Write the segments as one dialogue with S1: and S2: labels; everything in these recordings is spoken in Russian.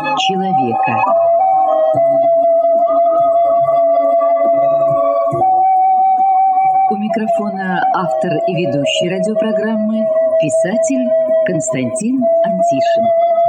S1: человека. У микрофона автор и ведущий радиопрограммы писатель Константин Антишин.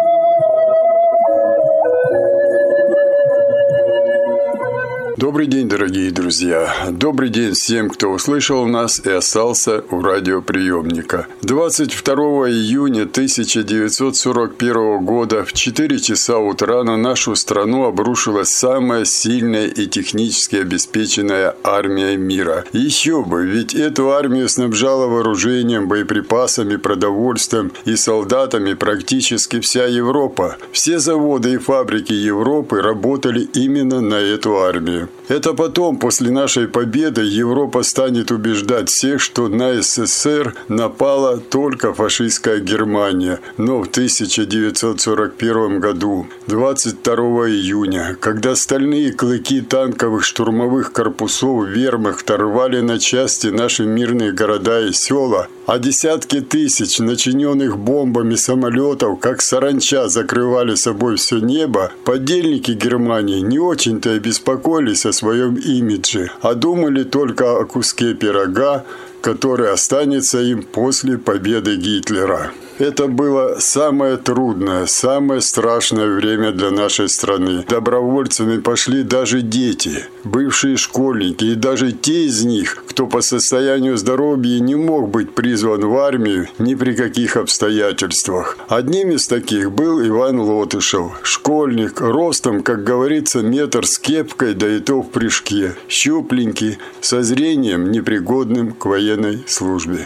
S2: Добрый день, дорогие друзья! Добрый день всем, кто услышал нас и остался у радиоприемника. 22 июня 1941 года в 4 часа утра на нашу страну обрушилась самая сильная и технически обеспеченная армия мира. Еще бы, ведь эту армию снабжала вооружением, боеприпасами, продовольствием и солдатами практически вся Европа. Все заводы и фабрики Европы работали именно на эту армию. Это потом, после нашей победы, Европа станет убеждать всех, что на СССР напала только фашистская Германия. Но в 1941 году, 22 июня, когда стальные клыки танковых штурмовых корпусов вермахта рвали на части наши мирные города и села, а десятки тысяч начиненных бомбами самолетов, как саранча, закрывали собой все небо, подельники Германии не очень-то и беспокоились о своем имидже, а думали только о куске пирога, который останется им после победы Гитлера. Это было самое трудное, самое страшное время для нашей страны. Добровольцами пошли даже дети, бывшие школьники и даже те из них, кто по состоянию здоровья не мог быть призван в армию ни при каких обстоятельствах. Одним из таких был Иван Лотышев, школьник, ростом, как говорится, метр с кепкой, да и то в прыжке, щупленький, со зрением, непригодным к военной службе.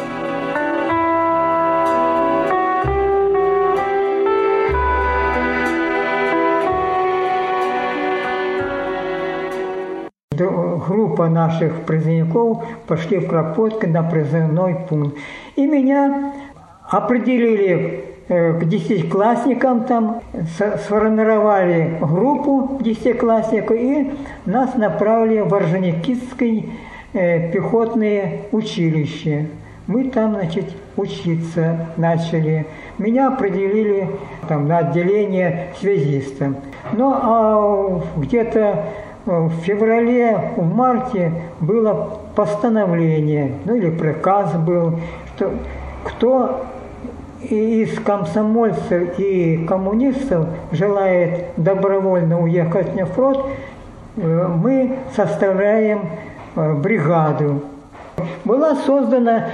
S3: Группа наших призывников пошли в Кропоткин на призывной пункт. И меня определили к 10-классникам, там сформировали группу 10-классников и нас направили в Орджоникидское пехотное училище. Мы там, значит, учиться начали. Меня определили там на отделение связиста. Ну, а где-то в феврале, в марте было постановление, ну или приказ был, что кто из комсомольцев и коммунистов желает добровольно уехать на фронт, мы составляем бригаду. Была создана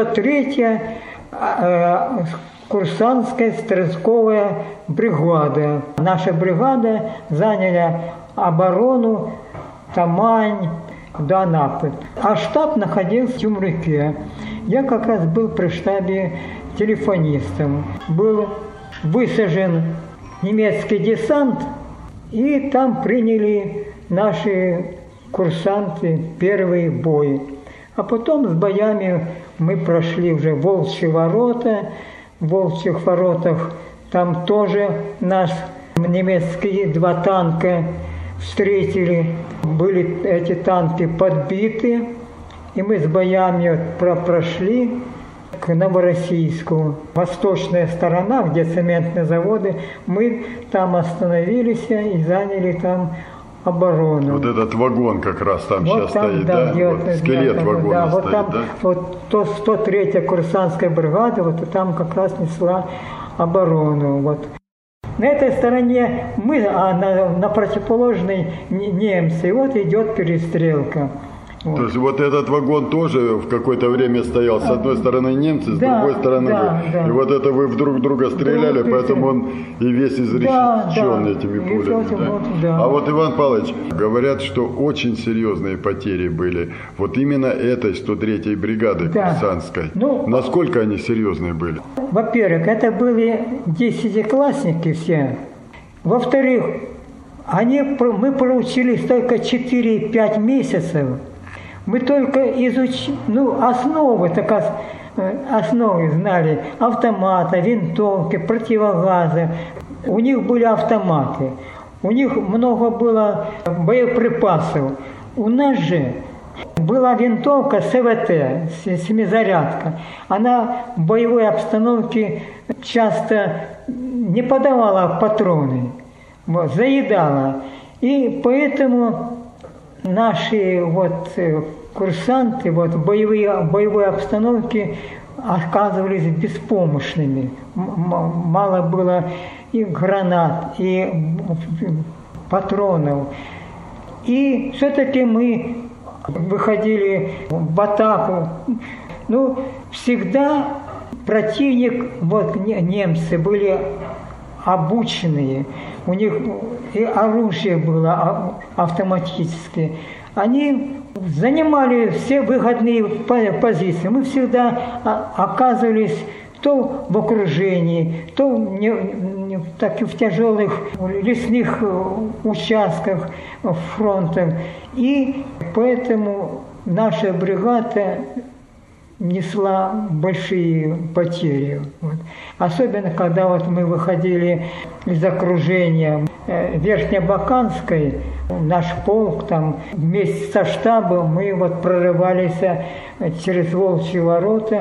S3: 103-я курсантская стрелковая бригада. Наша бригада заняла оборону Тамань до Анапы. А штаб находился в Тюмрике. Я как раз был при штабе телефонистом. Был высажен немецкий десант, и там приняли наши курсанты первый бой. А потом с боями мы прошли уже Волчьи ворота. В Волчьих воротах там тоже нас немецкие 2 танка встретили. Были эти танки подбиты, и мы с боями прошли к Новороссийску. Восточная сторона, где цементные заводы, мы там остановились и заняли там оборону.
S2: Вот этот вагон как раз там вот сейчас там, стоит, да?
S3: Вот,
S2: скелет вагона
S3: да,
S2: стоит,
S3: вот там,
S2: да?
S3: Вот 103-я курсантская бригада, вот там как раз несла оборону. Вот. На этой стороне мы, а на противоположной немцы. И вот идет перестрелка. Вот.
S2: То есть вот этот вагон тоже в какое-то время стоял. С одной стороны немцы, с другой стороны вы. Да. И вот это вы друг друга стреляли, поэтому он и весь изрешечен этими пулями. Да? А вот, Иван Павлович, говорят, что очень серьезные потери были. Вот именно этой 103-й бригады курсантской. Насколько они серьезные были?
S3: Во-первых, это были 10-классники все. Во-вторых, мы проучились только 4-5 месяцев. Мы только изучили, основы знали, автоматы, винтовки, противогазы. У них были автоматы, у них много было боеприпасов. У нас же была винтовка СВТ, семизарядка. Она в боевой обстановке часто не подавала патроны. вот, заедала. И поэтому наши вот курсанты вот, в боевой обстановке оказывались беспомощными. Мало было и гранат, и патронов. И все-таки мы выходили в атаку. Ну, всегда противник, вот немцы были обученные, у них и оружие было автоматическое. Они занимали все выгодные позиции. Мы всегда оказывались то в окружении, то так и в тяжелых лесных участках фронта. И поэтому наша бригада несла большие потери. Вот. Особенно, когда вот мы выходили из окружения Верхнебаканской, наш полк там вместе со штабом, мы вот прорывались через Волчьи ворота.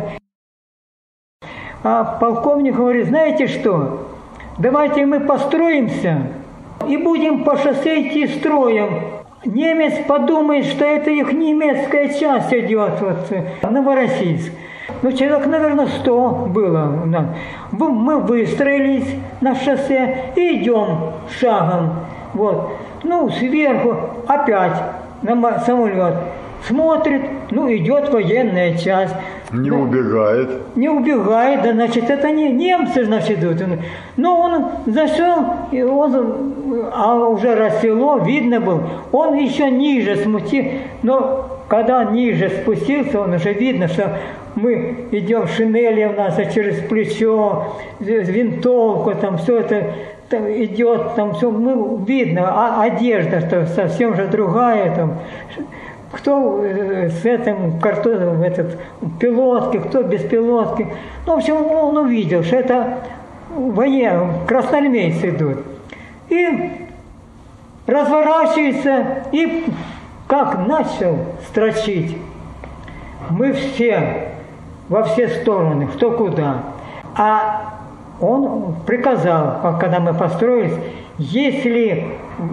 S3: А полковник говорит, знаете что, давайте мы построимся и будем по шоссе идти строем. Немец подумает, что это их немецкая часть идет, вот, Новороссийск. Ну, человек, наверное, 100 было. Мы выстроились на шоссе и идем шагом. Вот. Ну, сверху опять на самолет. Смотрит, ну, идет военная часть.
S2: Не убегает.
S3: Не убегает, да, значит, это не немцы, значит, идут. Но он зашел, и а уже рассвело, видно было, он еще ниже смутил, но когда ниже спустился, он уже видно, что мы идем в шинели у нас, а через плечо, винтовку, там все это там идет, там все, мы видно, а одежда-то совсем же другая, там. Кто с этим картоном, этот пилотки, кто без пилотки. Ну, в общем, он увидел, что это военные, красноармейцы идут. И разворачивается, и как начал строчить. Мы все, во все стороны, кто куда. А он приказал, когда мы построились, если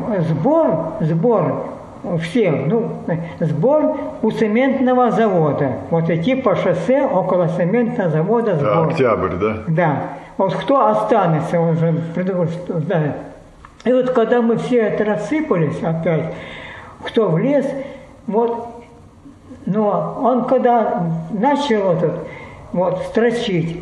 S3: сбор все, сбор у цементного завода. Вот идти по шоссе около цементного завода сбор.
S2: Да, Октябрь, да?
S3: Да. Вот кто останется, он же придумал, что да. И вот когда мы все это рассыпались опять, кто в лес, вот, но он когда начал вот строчить,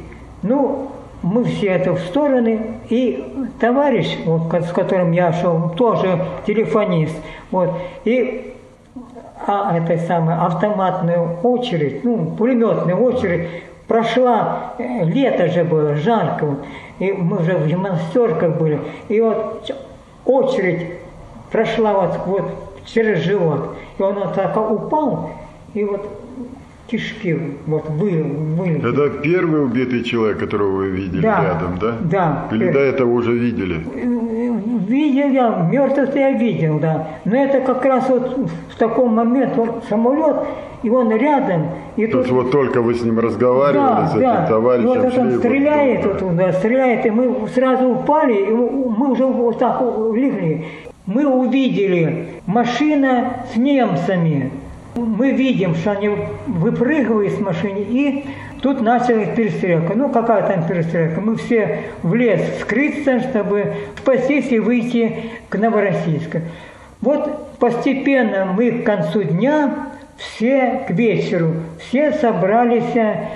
S3: мы все это в стороны, и товарищ, вот, с которым я шел, тоже телефонист, вот, и этой самой автоматную очередь, пулеметную очередь прошла, лето же было, жарко, вот, и мы уже в гимнастерках были, и вот очередь прошла вот через живот, и он вот так упал, и вот кишки вот были.
S2: Это первый убитый человек, которого вы видели рядом, да?
S3: Да.
S2: Или до этого уже видели?
S3: Видел я, мертвых я видел, да. Но это как раз вот в таком моменте, самолет, и он рядом. И
S2: то есть вот только вы с ним разговаривали, с этим товарищем.
S3: И вот он стреляет, стреляет, и мы сразу упали, и мы уже вот так легли. Мы увидели машина с немцами. Мы видим, что они выпрыгивают с машины, и тут началась перестрелка. Какая там перестрелка? Мы все в лес скрыться, чтобы спастись и выйти к Новороссийску. Вот постепенно мы к концу дня, все к вечеру, все собрались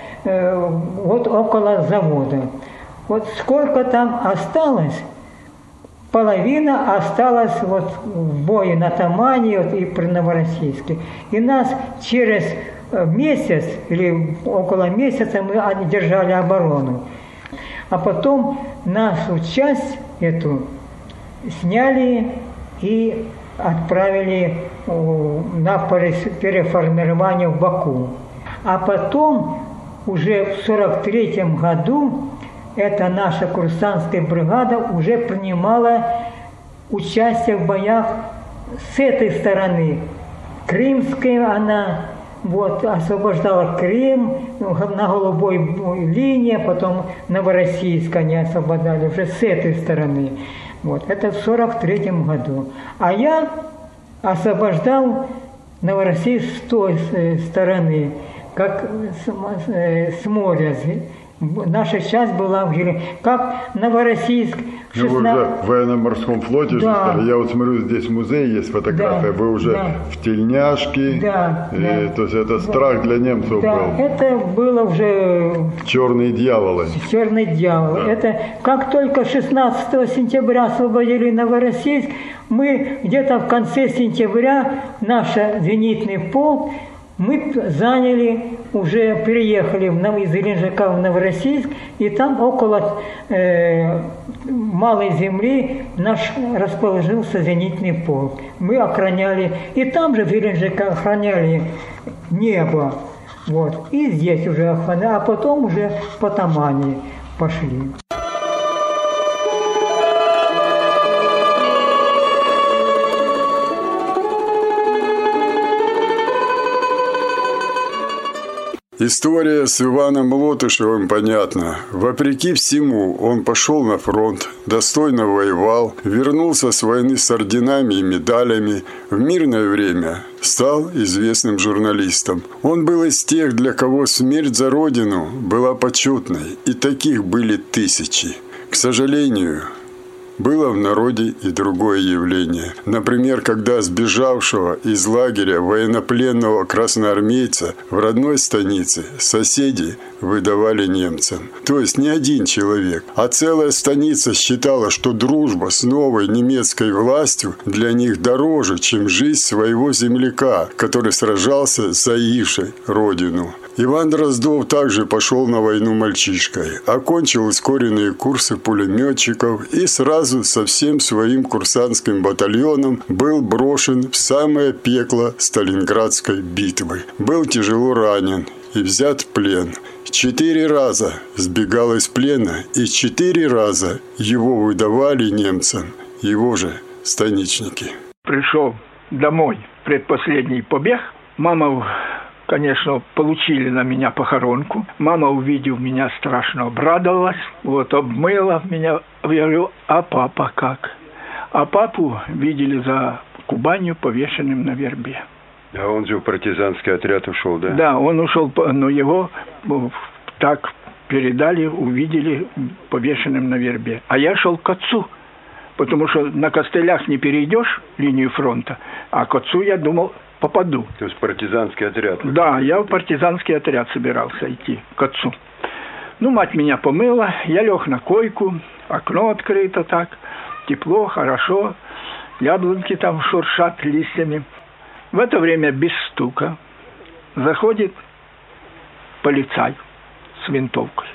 S3: вот около завода. Вот сколько там осталось? Половина осталась вот в бою на Тамане и при Новороссийске. И нас через месяц или около месяца мы держали оборону. А потом нашу часть эту сняли и отправили на переформирование в Баку. А потом уже в 1943 году эта наша курсантская бригада уже принимала участие в боях с этой стороны. Крымская она вот, освобождала Крым на голубой линии, потом Новороссийск они освобождали уже с этой стороны. Вот, это в 43-м году. А я освобождал Новороссийск с той стороны, как с моря. Наша часть была как Новороссийск.
S2: Вы уже в военно-морском флоте, да. Я вот смотрю, здесь музей есть, фотография, да, вы уже в тельняшке,
S3: да, да.
S2: То есть это страх для немцев был.
S3: Это было уже...
S2: Черные дьяволы.
S3: Черные дьяволы. Да. Это как только 16 сентября освободили Новороссийск, мы где-то в конце сентября, наш зенитный полк, мы заняли, уже переехали из Геленджика в Новороссийск, и там около Малой Земли наш расположился зенитный полк. Мы охраняли, и там же в Геленджике охраняли небо. Вот. И здесь уже охраняли, а потом уже по Тамани пошли.
S2: История с Иваном Лотышевым понятна. Вопреки всему, он пошел на фронт, достойно воевал, вернулся с войны с орденами и медалями. В мирное время стал известным журналистом. Он был из тех, для кого смерть за родину была почетной, и таких были тысячи. К сожалению, было в народе и другое явление. Например, когда сбежавшего из лагеря военнопленного красноармейца в родной станице соседи выдавали немцам. То есть не один человек, а целая станица считала, что дружба с новой немецкой властью для них дороже, чем жизнь своего земляка, который сражался за Иши, родину. Иван Дроздов также пошел на войну мальчишкой, окончил ускоренные курсы пулеметчиков и сразу со всем своим курсантским батальоном был брошен в самое пекло Сталинградской битвы. Был тяжело ранен и взят в плен. 4 раза сбегал из плена, и 4 раза его выдавали немцам, его же станичники.
S4: Пришел домой предпоследний побег. Мама, конечно, получили на меня похоронку. Мама, увидев меня, страшно обрадовалась. Вот, обмыла меня. Я говорю, а папа как? А папу видели за Кубанью повешенным на вербе.
S2: А он же в партизанский отряд ушел, да?
S4: Да, он ушел, но его так передали, увидели повешенным на вербе. А я шел к отцу, потому что на костылях не перейдешь линию фронта, а к отцу я думал, попаду.
S2: То есть партизанский отряд?
S4: Да, я в партизанский отряд собирался идти к отцу. Ну, мать меня помыла, я лег на койку, окно открыто так, тепло, хорошо, яблоньки там шуршат листьями. В это время без стука заходит полицай с винтовкой.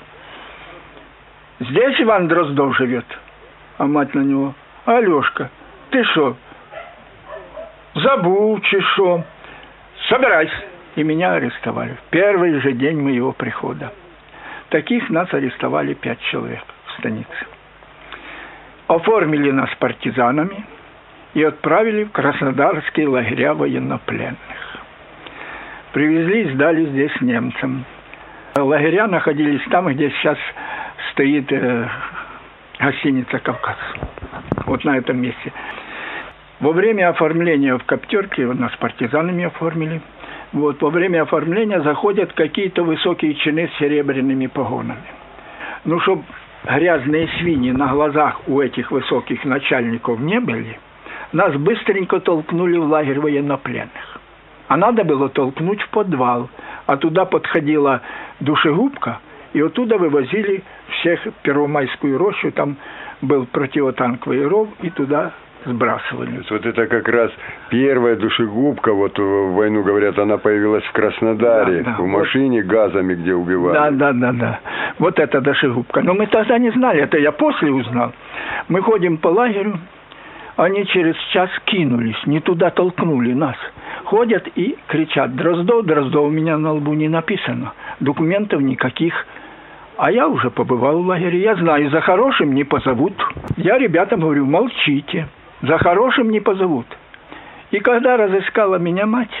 S4: Здесь Иван Дроздов живет. А мать на него, Алешка, ты что, забыл, что? Собирайся. И меня арестовали. В первый же день моего прихода. Таких нас арестовали 5 человек в станице. Оформили нас партизанами и отправили в краснодарские лагеря военнопленных. Привезли и сдали здесь немцам. Лагеря находились там, где сейчас стоит гостиница «Кавказ». Вот на этом месте. Во время оформления в Коптерке, нас партизанами оформили, вот, во время оформления заходят какие-то высокие чины с серебряными погонами. Ну, чтобы грязные свиньи на глазах у этих высоких начальников не были, нас быстренько толкнули в лагерь военнопленных. А надо было толкнуть в подвал. А туда подходила душегубка, и оттуда вывозили всех в Первомайскую рощу. Там был противотанковый ров, и туда сбрасывали. То есть
S2: вот это как раз первая душегубка, вот в войну, говорят, она появилась в Краснодаре, да, в машине вот, газами, где убивали.
S4: Да. Вот эта душегубка. Но мы тогда не знали, это я после узнал. Мы ходим по лагерю, они через час кинулись, не туда толкнули нас. Ходят и кричат: Дроздов, Дроздов, у меня на лбу не написано, документов никаких. А я уже побывал в лагере, я знаю, за хорошим не позовут. Я ребятам говорю, молчите, за хорошим не позовут. И когда разыскала меня мать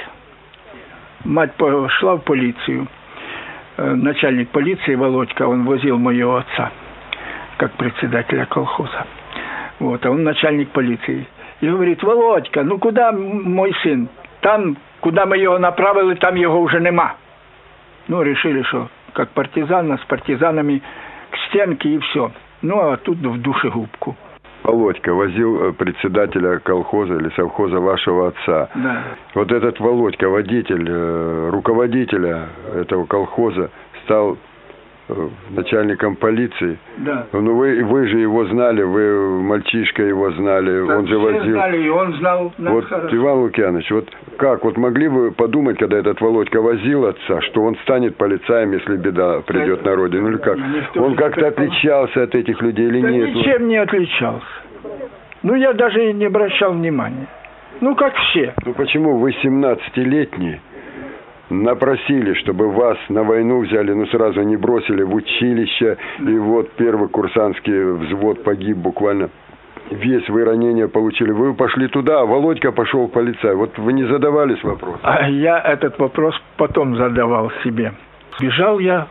S4: пошла в полицию. Начальник полиции Володька, он возил моего отца, как председателя колхоза. Вот, а он начальник полиции. И говорит: Володька, ну куда мой сын? Там, куда мы его направили, там его уже нема. Ну, решили, что как партизан, с партизанами к стенке и все. Ну, а тут в душегубку.
S2: Володька возил председателя колхоза или совхоза вашего отца.
S4: Да.
S2: Вот этот Володька, водитель, руководителя этого колхоза, стал начальником полиции.
S4: Да.
S2: Ну вы же его знали, вы мальчишка его знали,
S4: Так,
S2: он же возил.
S4: Все знали, и он знал нас
S2: Вот,
S4: хорошо.
S2: Иван Лукьянович, вот как, вот могли вы подумать, когда этот Володька возил отца, что он станет полицаем, если беда придет на родину, или как? Он как-то отличался от этих людей или
S4: Да
S2: нет?
S4: ничем не отличался. Ну, я даже и не обращал внимания. Ну, как все.
S2: Ну почему вы 17-летний напросили, чтобы вас на войну взяли, ну сразу не бросили в училище, и вот первый курсантский взвод погиб буквально. Весь вы ранения получили. Вы пошли туда, а Володька пошел в полицай. Вот вы не задавались вопросом?
S4: А я этот вопрос потом задавал себе. Бежал я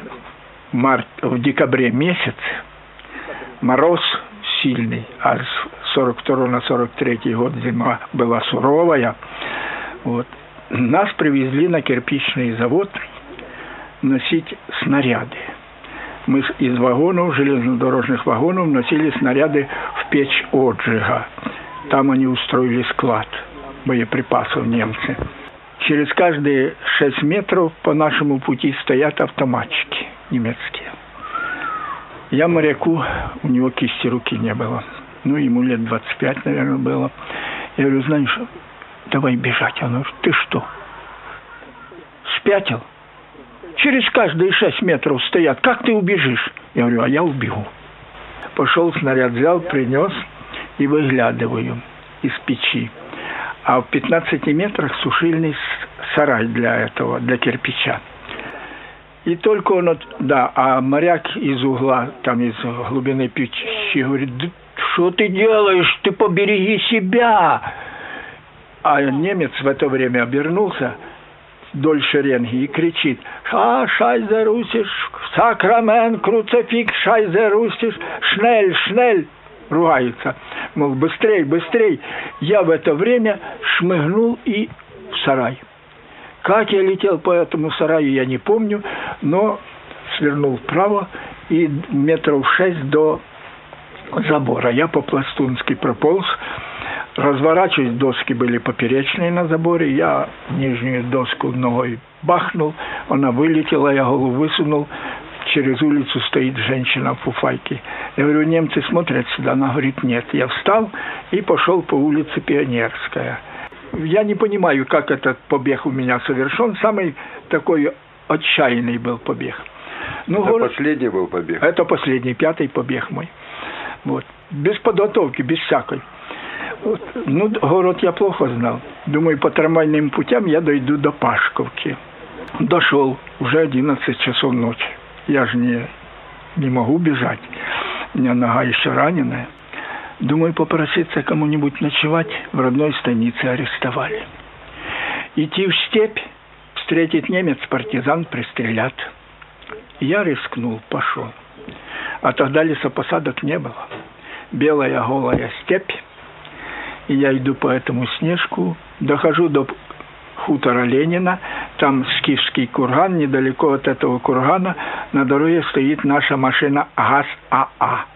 S4: в декабре месяц. Мороз сильный, а с 42 на 43 год зима была суровая. Вот. Нас привезли на кирпичный завод носить снаряды. Мы из вагонов, железнодорожных вагонов, носили снаряды в печь Отжига. Там они устроили склад боеприпасов, немцы. Через каждые 6 метров по нашему пути стоят автоматчики немецкие. Я моряку, у него кисти руки не было. Ну, ему лет 25, наверное, было. Я говорю: знаешь, давай бежать. Он говорит: ты что, спятил? Через каждые 6 метров стоят. Как ты убежишь? Я говорю: а я убегу. Пошел, снаряд взял, принес и выглядываю из печи. А в 15 метрах сушильный сарай для кирпича. И только он, а моряк из угла, там из глубины печи, говорит: да что ты делаешь? Ты побереги себя! А немец в это время обернулся вдоль шеренги и кричит: «Шайзе русиш, сакрамен, круцификс, шайзе русиш, шнель, шнель!» Ругается. Мол, быстрей, быстрей. Я в это время шмыгнул и в сарай. Как я летел по этому сараю, я не помню, но свернул вправо и метров 6 до забора. Я по-пластунски прополз. Разворачиваюсь, доски были поперечные на заборе, я нижнюю доску ногой бахнул, она вылетела, я голову высунул, через улицу стоит женщина в фуфайке. Я говорю: немцы смотрят сюда? Она говорит: нет. Я встал и пошел по улице Пионерская. Я не понимаю, как этот побег у меня совершен, самый такой отчаянный был побег. Ну,
S2: это последний был побег?
S4: Это последний, 5-й побег мой. Вот. Без подготовки, без всякой. Вот. Ну, город я плохо знал. Думаю, по трамвайным путям я дойду до Пашковки. Дошел, уже 11 часов ночи. Я же не могу бежать. У меня нога еще раненая. Думаю, попроситься кому-нибудь ночевать. В родной станице арестовали. Идти в степь, встретить немец, партизан, пристрелят. Я рискнул, пошел. А тогда лесопосадок не было. Белая голая степь. И я иду по этому снежку, дохожу до хутора Ленина, там Скифский курган, недалеко от этого кургана на дороге стоит наша машина ГАЗ-АА.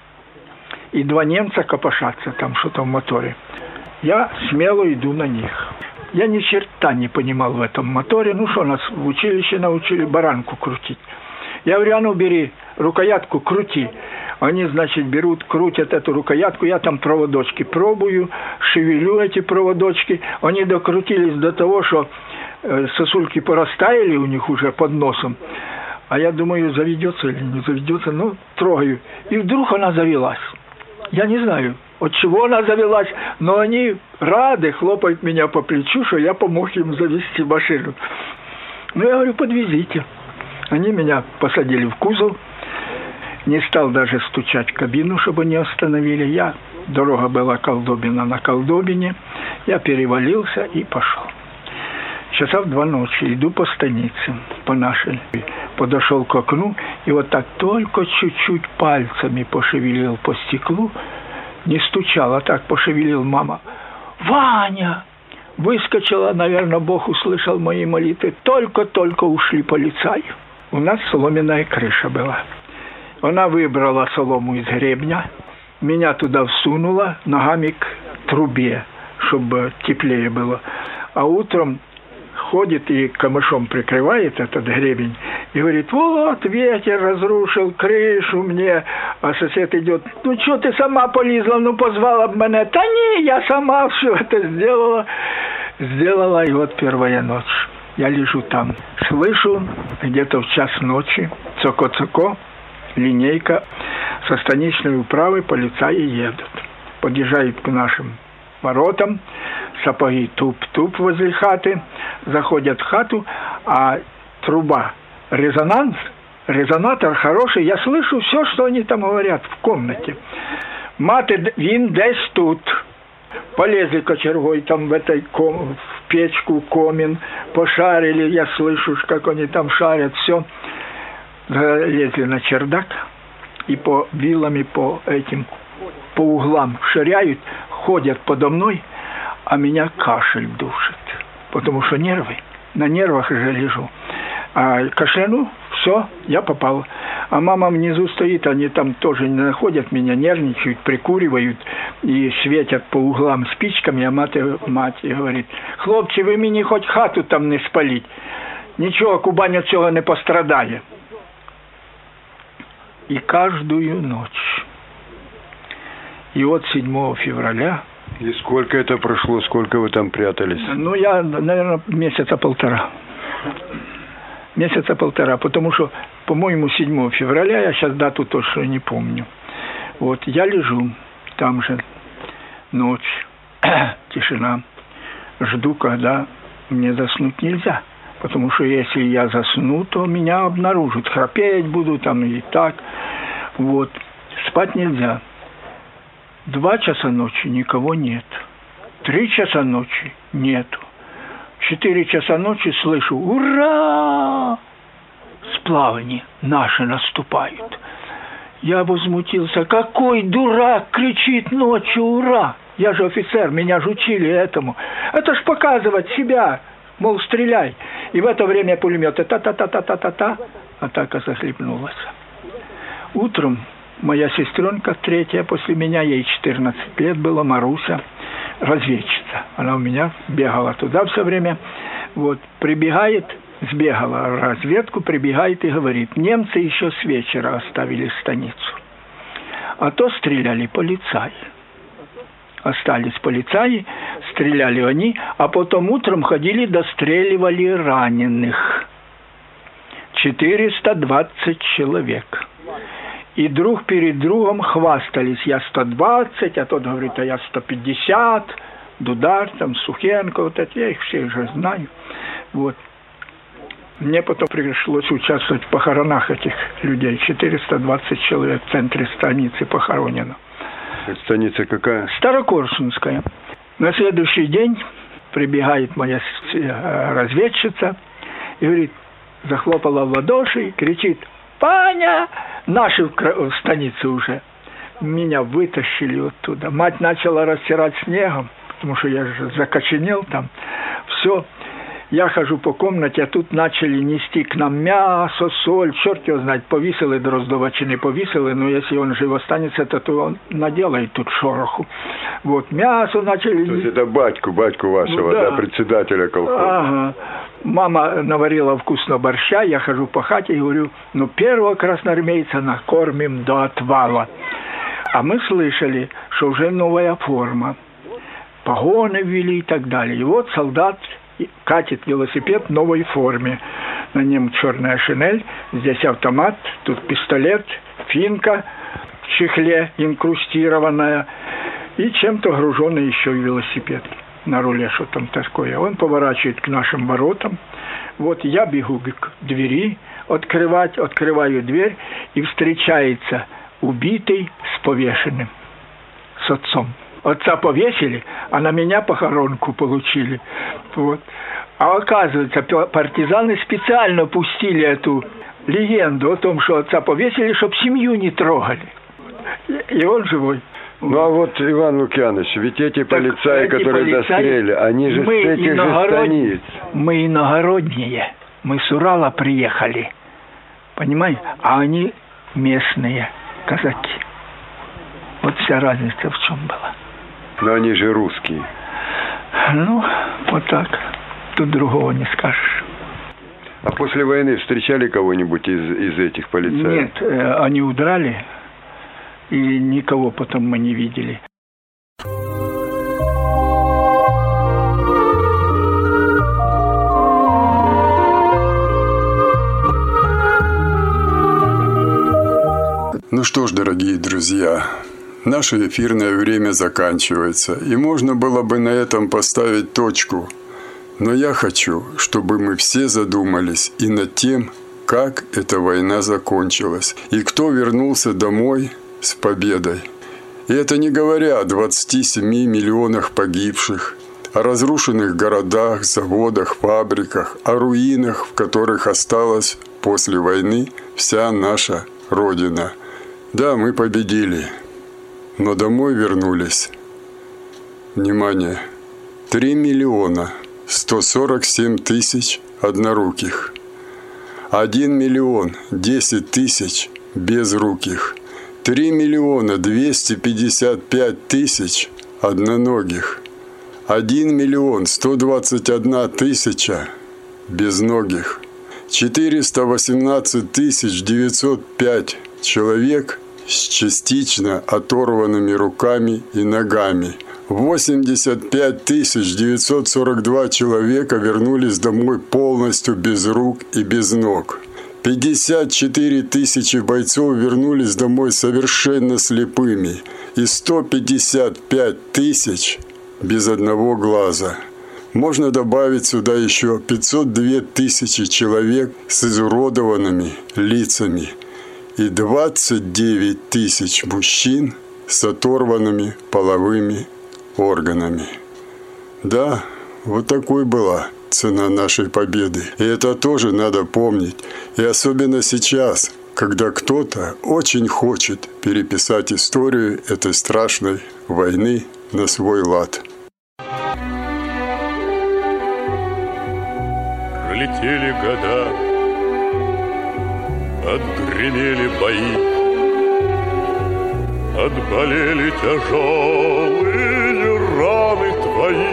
S4: И 2 немца копошатся там что-то в моторе. Я смело иду на них. Я ни черта не понимал в этом моторе. Ну что, нас в училище научили баранку крутить. Я говорю: а ну бери рукоятку, крути. Они, значит, берут, крутят эту рукоятку, я там проводочки пробую, шевелю эти проводочки. Они докрутились до того, что сосульки порастаяли у них уже под носом. А я думаю, заведется или не заведется, ну, трогаю. И вдруг она завелась. Я не знаю, от чего она завелась, но они рады, хлопают меня по плечу, что я помог им завести машину. Ну, я говорю: подвезите. Они меня посадили в кузов. Не стал даже стучать в кабину, чтобы не остановили. Дорога была Колдобина на Колдобине. Я перевалился и пошел. Часа в 2 ночи иду по станице, по нашей. Подошел к окну и вот так только чуть-чуть пальцами пошевелил по стеклу. не стучал, а так пошевелил мама. «Ваня!» Выскочила, наверное, Бог услышал мои молитвы. Только-только ушли полицаи. У нас соломенная крыша была. Она выбрала солому из гребня, меня туда всунула ногами к трубе, чтобы теплее было. А утром ходит и камышом прикрывает этот гребень и говорит: вот ветер разрушил крышу мне. А сосед идет: ну что ты сама полезла, ну позвала бы меня. Да не, я сама все это сделала, и вот первая ночь. Я лежу там, слышу где-то в час ночи, цоко-цоко, линейка, со станичной управы полицаи едут. Подъезжают к нашим воротам, сапоги туп-туп возле хаты, заходят в хату, а труба, резонатор хороший, я слышу все, что они там говорят в комнате. Мати, він десь тут. Полезли кочергой там в печку, комин, пошарили, я слышу, как они там шарят, все. Залезли на чердак и по вилами, по углам ширяют, ходят подо мной, а меня кашель душит, потому что нервы, на нервах уже лежу. А кашляну, все, я попал. А мама внизу стоит, они там тоже не находят меня, нервничают, прикуривают и светят по углам спичками, а мать говорит: хлопці, ви мені хоч хату там не спаліть, нічого, Кубань от цього не пострадає. И каждую ночь. И вот 7 февраля...
S2: И сколько это прошло, сколько вы там прятались?
S4: Ну, я, наверное, месяца полтора. Месяца полтора, потому что, по-моему, 7 февраля, я сейчас дату точно не помню. Вот, я лежу там же, ночь, тишина, жду, когда мне заснуть нельзя. Потому что если я засну, то меня обнаружат, храпеть буду там и так. Вот, спать нельзя. 2 часа ночи никого нет. 3 часа ночи нету. 4 часа ночи слышу: ура! Сплавни наши наступают. Я возмутился: какой дурак кричит ночью ура? Я же офицер, меня же учили этому. Это ж показывать себя, мол, стреляй. И в это время пулеметы та-та-та-та-та-та-та. Атака захлебнулась. Утром моя сестренка, 3-я после меня, ей 14 лет было, Маруся, разведчица. Она у меня бегала туда все время. Вот, прибегает, сбегала в разведку, прибегает и говорит: немцы еще с вечера оставили станицу. А то стреляли полицаи. Остались полицаи, стреляли они, а потом утром ходили, достреливали раненых. 420 человек. И друг перед другом хвастались: я 120, а тот говорит: а я 150. Дудар, там, Сухенко, вот эти, я их все уже знаю. Вот. Мне потом пришлось участвовать в похоронах этих людей. 420 человек в центре станицы похоронено.
S2: Станица какая?
S4: Старокорсунская. На следующий день прибегает моя разведчица и говорит, захлопала в ладоши и кричит: «Паня!» Наши в станице уже. Меня вытащили оттуда. Мать начала растирать снегом, потому что я же закоченел там. Все. Я хожу по комнате, а тут начали нести к нам мясо, соль, черт его знает, повесили Дроздова чи не повесили, но если он жив останется, то он наделает тут шороху. Вот, мясо начали...
S2: То есть это батьку вашего, да, председателя колхоза.
S4: Ага. Мама наварила вкусно борща, я хожу по хате и говорю: ну, первого красноармейца накормим до отвала. А мы слышали, что уже новая форма, погоны ввели и так далее. И вот солдат катит велосипед в новой форме. На нем черная шинель, здесь автомат, тут пистолет, финка в чехле инкрустированная и чем-то груженный еще велосипед на руле, что там такое. Он поворачивает к нашим воротам. Вот я бегу к двери, открываю дверь, и встречается убитый с повешенным, с отцом. Отца повесили, а на меня похоронку получили. Вот. А оказывается, партизаны специально пустили эту легенду о том, что отца повесили, чтобы семью не трогали. И он живой.
S2: Ну а вот, Иван Лукьянович, ведь эти полицаи, которые дострелили, они же с этих же станиц.
S4: Мы иногородние, мы с Урала приехали, понимаете? А они местные казаки. Вот вся разница в чем была.
S2: Но они же русские.
S4: Ну, вот так. Тут другого не скажешь.
S2: А после войны встречали кого-нибудь из этих полицаев?
S4: Нет, они удрали, и никого потом мы не видели.
S2: Ну что ж, дорогие друзья, наше эфирное время заканчивается, и можно было бы на этом поставить точку. Но я хочу, чтобы мы все задумались и над тем, как эта война закончилась, и кто вернулся домой с победой. И это не говоря о 27 миллионах погибших, о разрушенных городах, заводах, фабриках, о руинах, в которых осталась после войны вся наша Родина. Да, мы победили, но домой вернулись. Внимание! 3 миллиона 147 тысяч одноруких, 1 миллион 10 тысяч безруких, 3 миллиона 255 тысяч одноногих, 1 миллион 121 тысяча безногих, 418 тысяч 905 человек с частично оторванными руками и ногами. 85 942 человека вернулись домой полностью без рук и без ног. 54 тысячи бойцов вернулись домой совершенно слепыми. И 155 тысяч без одного глаза. Можно добавить сюда еще 502 тысячи человек с изуродованными лицами. И 29 тысяч мужчин с оторванными половыми органами. Да, вот такой была цена нашей победы. И это тоже надо помнить. И особенно сейчас, когда кто-то очень хочет переписать историю этой страшной войны на свой лад.
S5: Пролетели года, отгремели бои, отболели тяжелые раны твои,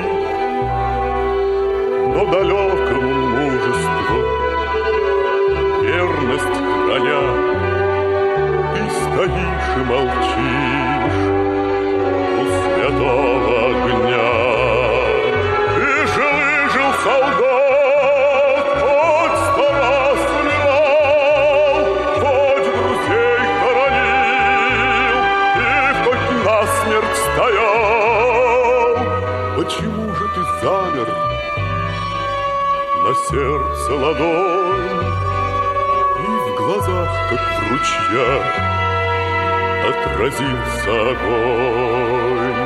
S5: но далекому мужеству верность храня, ты стоишь и молчишь у святого огня. Ты же выжил, солдат, хоть 100 раз умирал, хоть друзей хоронил и хоть насмерть стоял. Почему же ты замер? На сердце ладонь, и в глазах, как в ручьях, отразился огонь.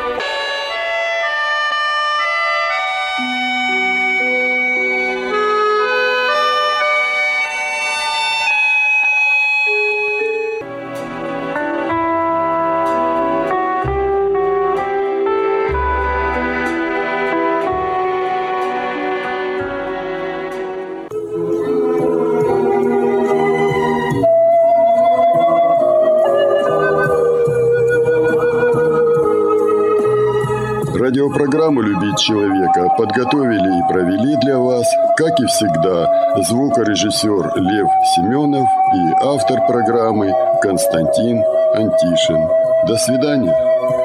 S2: Радиопрограмму «Любить человека» подготовили и провели для вас, как и всегда, звукорежиссер Лев Семенов и автор программы Константин Антишин. До свидания.